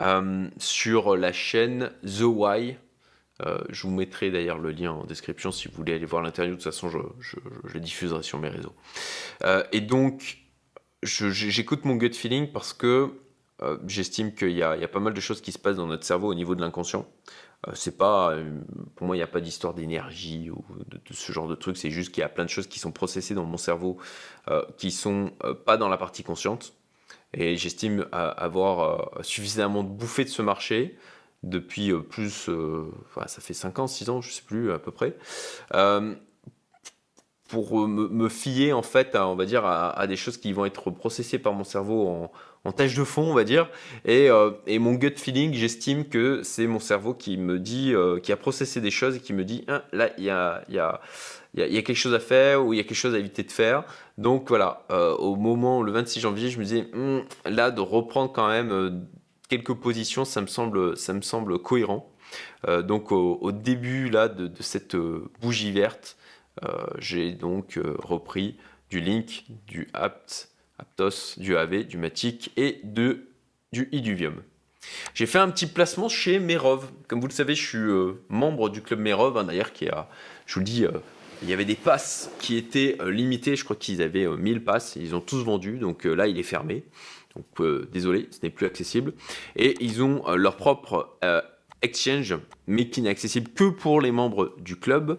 sur la chaîne The Why. Je vous mettrai d'ailleurs le lien en description si vous voulez aller voir l'interview. De toute façon, je le diffuserai sur mes réseaux. Et donc, j'écoute mon gut feeling parce que j'estime qu'il y a pas mal de choses qui se passent dans notre cerveau au niveau de l'inconscient. C'est pas, pour moi, il n'y a pas d'histoire d'énergie ou de ce genre de truc. C'est juste qu'il y a plein de choses qui sont processées dans mon cerveau qui sont pas dans la partie consciente. Et j'estime avoir suffisamment bouffé de ce marché depuis ça fait 5 ans, 6 ans, je sais plus à peu près, pour me fier en fait à, on va dire à des choses qui vont être processées par mon cerveau en tâche de fond, on va dire, et mon gut feeling, j'estime que c'est mon cerveau qui me dit, qui a processé des choses et qui me dit, hein, là il y a quelque chose à faire ou il y a quelque chose à éviter de faire. Donc voilà, au moment, le 26 janvier, je me disais, là de reprendre quand même quelques positions, ça me semble cohérent. Donc au début là de cette bougie verte, j'ai donc repris du Link, du Aptos, du AV, du Matic et du Illuvium. J'ai fait un petit placement chez Merov. Comme vous le savez, je suis membre du club Merov, hein, d'ailleurs, je vous le dis, il y avait des passes qui étaient limitées. Je crois qu'ils avaient 1000 passes. Ils ont tous vendu, donc là, il est fermé. Donc désolé, ce n'est plus accessible. Et ils ont leur propre exchange, mais qui n'est accessible que pour les membres du club.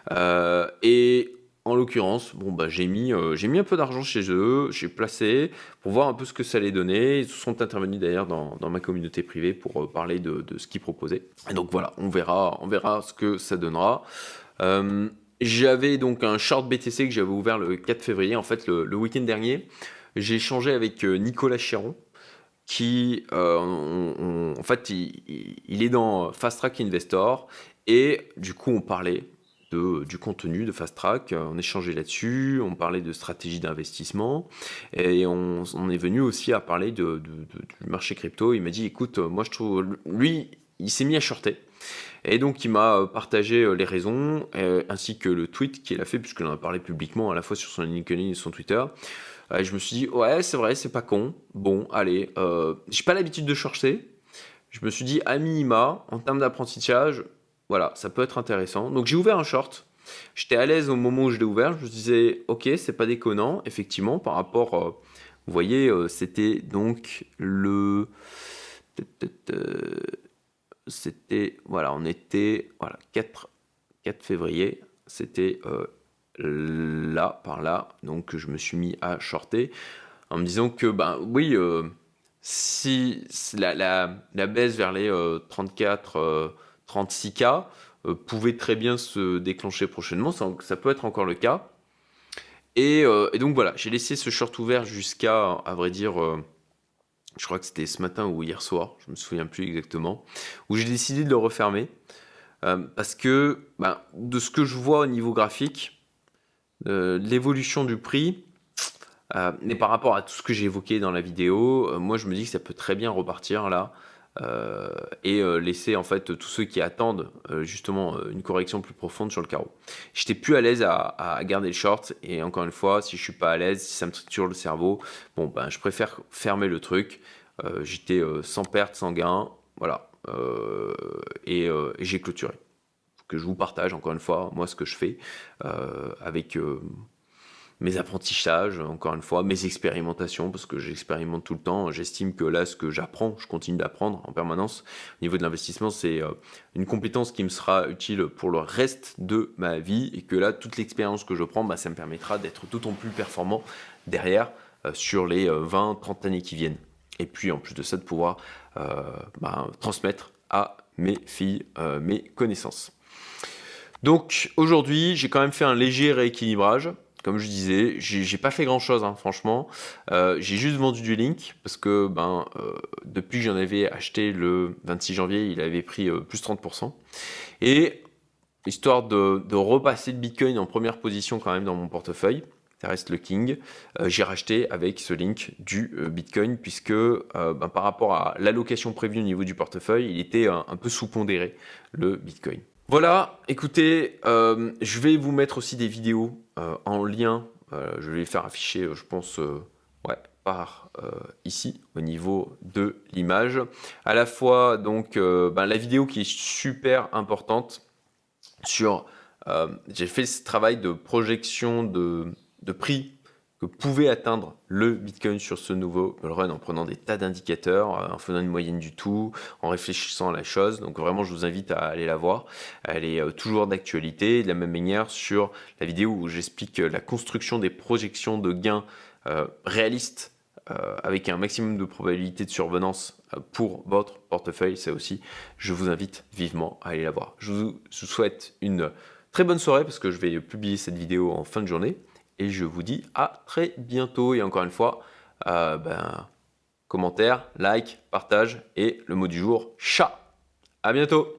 Et en l'occurrence, bon, bah, j'ai mis un peu d'argent chez eux, j'ai placé pour voir un peu ce que ça allait donner. Ils sont intervenus d'ailleurs dans ma communauté privée pour parler de ce qu'ils proposaient. Et donc voilà, on verra ce que ça donnera. J'avais donc un short BTC que j'avais ouvert le 4 février, en fait le week-end dernier. J'ai échangé avec Nicolas Chéron, qui, en fait, il est dans Fast Track Investor, et du coup, on parlait du contenu de Fast Track, on échangeait là-dessus, on parlait de stratégie d'investissement, et on est venu aussi à parler du marché crypto. Il m'a dit, écoute, moi je trouve, lui, il s'est mis à shorter. Et donc il m'a partagé les raisons, ainsi que le tweet qu'il a fait, puisqu'il en a parlé publiquement à la fois sur son LinkedIn et son Twitter. Je me suis dit, ouais, c'est vrai, c'est pas con. Bon, allez, j'ai pas l'habitude de shorter. Je me suis dit, à minima, en termes d'apprentissage, voilà, ça peut être intéressant. Donc j'ai ouvert un short. J'étais à l'aise au moment où je l'ai ouvert. Je me disais, ok, c'est pas déconnant, effectivement, par rapport, vous voyez, c'était donc c'était, voilà, on était, voilà, 4 février, c'était là, par là, donc je me suis mis à shorter en me disant que, ben oui, si la baisse vers les 34, 36K pouvait très bien se déclencher prochainement, ça peut être encore le cas. Et donc voilà, j'ai laissé ce short ouvert jusqu'à, à vrai dire, je crois que c'était ce matin ou hier soir, je me souviens plus exactement, où j'ai décidé de le refermer. Parce que de ce que je vois au niveau graphique, l'évolution du prix, mais par rapport à tout ce que j'ai évoqué dans la vidéo, moi je me dis que ça peut très bien repartir là, et laisser en fait tous ceux qui attendent justement une correction plus profonde sur le carreau. J'étais plus à l'aise à garder le short, et encore une fois, si je suis pas à l'aise, si ça me triture le cerveau, bon ben je préfère fermer le truc. J'étais sans perte, sans gain, voilà, et j'ai clôturé. Que je vous partage encore une fois moi ce que je fais avec mes apprentissages, encore une fois mes expérimentations, parce que j'expérimente tout le temps. J'estime que là ce que j'apprends, je continue d'apprendre en permanence au niveau de l'investissement, c'est une compétence qui me sera utile pour le reste de ma vie, et que là toute l'expérience que je prends, ça me permettra d'être d'autant plus performant derrière sur les 20-30 années qui viennent, et puis en plus de ça de pouvoir transmettre à mes filles mes connaissances. Donc aujourd'hui, j'ai quand même fait un léger rééquilibrage. Comme je disais, j'ai pas fait grand chose, hein, franchement. J'ai juste vendu du Link parce que depuis que j'en avais acheté le 26 janvier, il avait pris plus 30%. Et histoire de repasser le Bitcoin en première position quand même dans mon portefeuille, ça reste le King, j'ai racheté avec ce Link du Bitcoin, puisque par rapport à l'allocation prévue au niveau du portefeuille, il était un peu sous-pondéré, le Bitcoin. Voilà, écoutez, je vais vous mettre aussi des vidéos en lien. Je vais les faire afficher, je pense, par ici, au niveau de l'image. À la fois, donc, la vidéo qui est super importante sur... j'ai fait ce travail de projection de prix que pouvait atteindre le Bitcoin sur ce nouveau bull-run, en prenant des tas d'indicateurs, en faisant une moyenne du tout, en réfléchissant à la chose. Donc vraiment, je vous invite à aller la voir. Elle est toujours d'actualité. De la même manière, sur la vidéo où j'explique la construction des projections de gains réalistes, avec un maximum de probabilité de survenance pour votre portefeuille, ça aussi, je vous invite vivement à aller la voir. Je vous souhaite une Très bonne soirée parce que je vais publier cette vidéo en fin de journée. Et je vous dis à très bientôt. Et encore une fois, commentaire, like, partage et le mot du jour, chat. À bientôt.